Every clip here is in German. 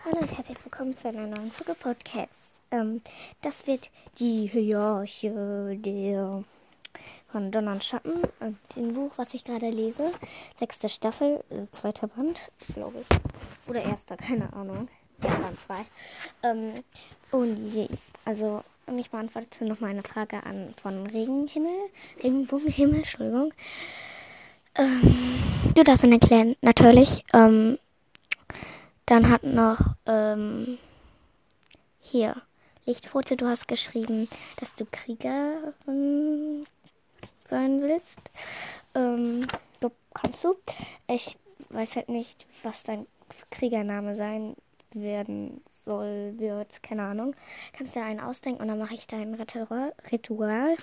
Hallo und herzlich willkommen zu einer neuen Folge Podcasts. Das wird die Hierarchie von Donner und Schatten, dem Buch, was ich gerade lese. 6. Staffel, 2. Band, glaube ich. Oder 1., keine Ahnung. Ja, waren 2. Ich beantwortete noch mal eine Frage von Regenbogenhimmel, Entschuldigung. Du darfst ihn erklären, natürlich. Dann hat noch, hier, Lichtpfote, du hast geschrieben, dass du Kriegerin sein willst. Kannst du? Ich weiß halt nicht, was dein Kriegername sein wird, keine Ahnung. Kannst du einen ausdenken und dann mache ich dein Ritual.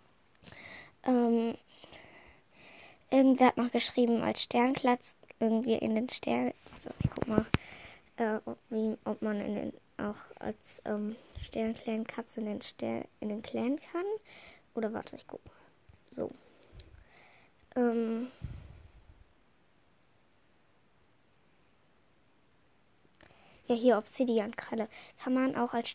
Irgendwer hat noch geschrieben, als Sternklatz irgendwie in den Stern. Also ich guck mal, ob man auch als Sternclan-Katze in den Clan kann. Oder warte, ich guck mal. So. Ja, hier Obsidian-Kralle. Kann man auch als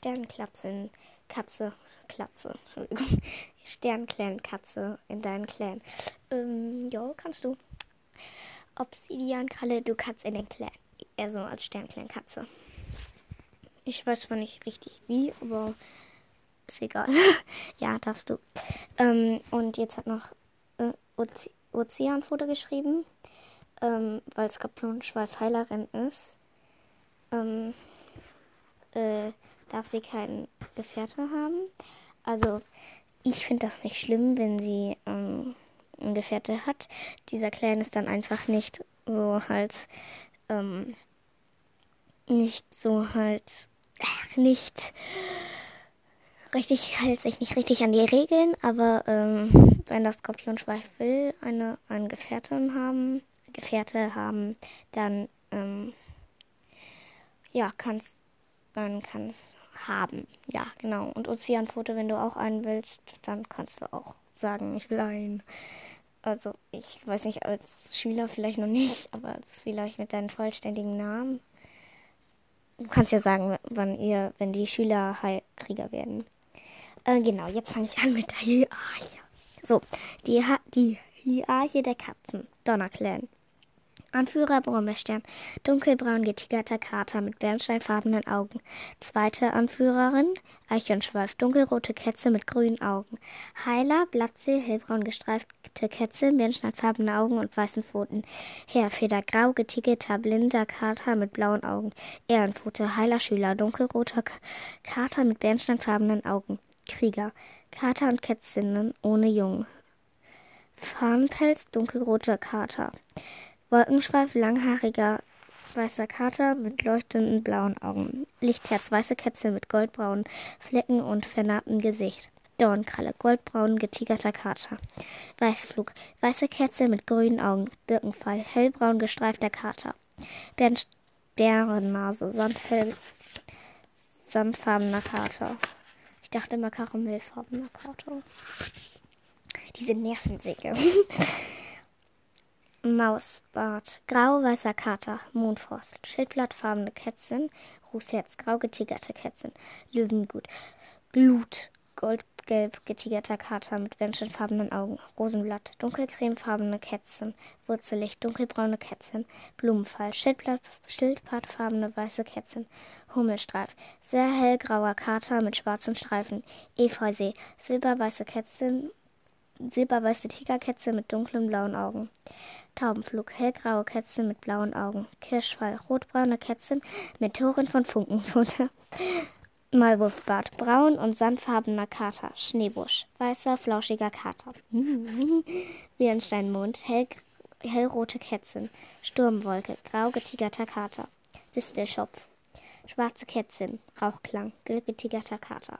Sternclan-Katze in deinen Clan. Ja, kannst du. Obsidian-Kralle, du kannst in den Clan. Also als Sternclan-Katze. Ich weiß zwar nicht richtig wie, aber ist egal. Ja, darfst du. Und jetzt hat noch Ozeanfoto geschrieben, weil Skorpionschweif Heilerin ist. Darf sie keinen Gefährte haben. Also ich finde das nicht schlimm, wenn sie einen Gefährte hat. Dieser Clan ist dann einfach nicht so halt nicht richtig, hält sich nicht richtig an die Regeln, aber wenn das Skorpionschweif will, einen Gefährte haben, dann kannst haben. Ja, genau. Und Ozeanfoto, wenn du auch einen willst, dann kannst du auch sagen, ich will einen. Also, ich weiß nicht, als Schüler vielleicht noch nicht, aber vielleicht mit deinem vollständigen Namen. Du kannst ja sagen, wenn die Schüler Krieger werden. Genau, jetzt fange ich an mit der Hierarchie. So, die Hierarchie der Katzen. Donnerclan. Anführer Brombeerstern, dunkelbraun getigerter Kater mit bernsteinfarbenen Augen. Zweite Anführerin Eichhörnschweif, dunkelrote Kätze mit grünen Augen. Heiler Blattsee, hellbraun gestreifte Kätze, bernsteinfarbene Augen und weißen Pfoten. Heerfeder, grau getigerter blinder Kater mit blauen Augen. Ehrenpfote, heiler Schüler, dunkelroter Kater mit bernsteinfarbenen Augen. Krieger, Kater und Kätzinnen ohne Jungen. Fahnenpelz, dunkelroter Kater. Wolkenschweif, langhaariger weißer Kater mit leuchtenden blauen Augen. Lichtherz, weiße Kätze mit goldbraunen Flecken und vernarbtem Gesicht. Dornkralle, goldbraun getigerter Kater. Weißflug, weiße Kätze mit grünen Augen. Birkenfall, hellbraun gestreifter Kater. Bärennase, sandfarbener Kater. Ich dachte immer karamellfarbener Kater. Diese Nervensäge. Mausbart, grau-weißer Kater, Mondfrost, schildblattfarbene Kätzchen, Rußherz, grau getigerte Kätzchen, Löwenglut, Glut, goldgelb getigerter Kater mit bernsteinfarbenen Augen, Rosenblatt, dunkelcremefarbene Kätzchen, Wurzellicht, dunkelbraune Kätzchen, Blumenfall, schildpattfarbene weiße Kätzchen, Hummelstreif, sehr hellgrauer Kater mit schwarzen Streifen, Efeusee, silberweiße Tigerkätze mit dunklen blauen Augen. Taubenflug, hellgraue Kätze mit blauen Augen. Kirschfall, rotbraune Kätzchen mit Toren von Funkenfutter. Maulwurfbart, braun und sandfarbener Kater. Schneebusch, weißer, flauschiger Kater. Bernsteinmond, hellrote Kätzchen. Sturmwolke, grau getigerter Kater. Distelschopf, schwarze Kätzchen. Rauchklang, getigerter Kater.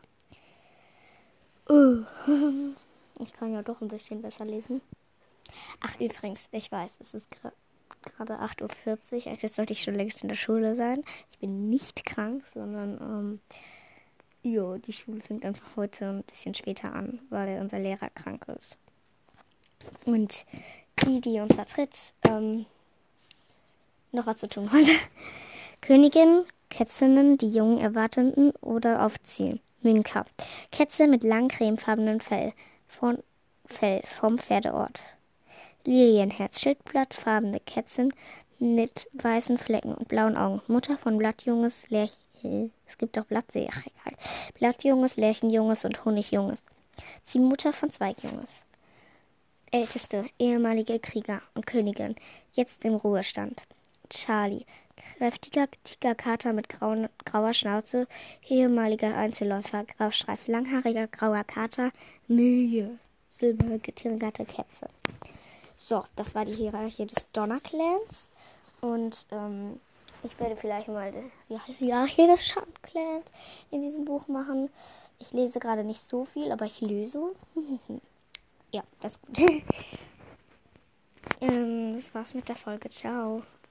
Ich kann ja doch ein bisschen besser lesen. Ach, übrigens, ich weiß, es ist gerade 8:40 Uhr. Eigentlich sollte ich schon längst in der Schule sein. Ich bin nicht krank, sondern, die Schule fängt einfach heute ein bisschen später an, weil unser Lehrer krank ist. Und die uns vertritt, noch was zu tun heute. Königin Kätzinnen, die Jungen erwarteten oder aufziehen. Minka. Kätze mit lang cremefarbenen Fell vom Pferdeort. Lilienherz. Schildblattfarbene Kätzin mit weißen Flecken und blauen Augen. Mutter von Blattjunges, es gibt auch Blattsee, ach egal. Blattjunges, Lärchenjunges und Honigjunges. Ziehmutter von Zweigjunges. Älteste, ehemalige Krieger und Königin, jetzt im Ruhestand. Charlie, kräftiger Tigerkater mit grauer Schnauze, ehemaliger Einzelläufer, Graustreif, langhaariger grauer Kater, Millie, silbergetirngerte Kätze. So, das war die Hierarchie des Donnerclans. Und ich werde vielleicht mal die Hierarchie des Schattenclans in diesem Buch machen. Ich lese gerade nicht so viel, aber ich lese. Ja, das ist gut. Das war's mit der Folge. Ciao.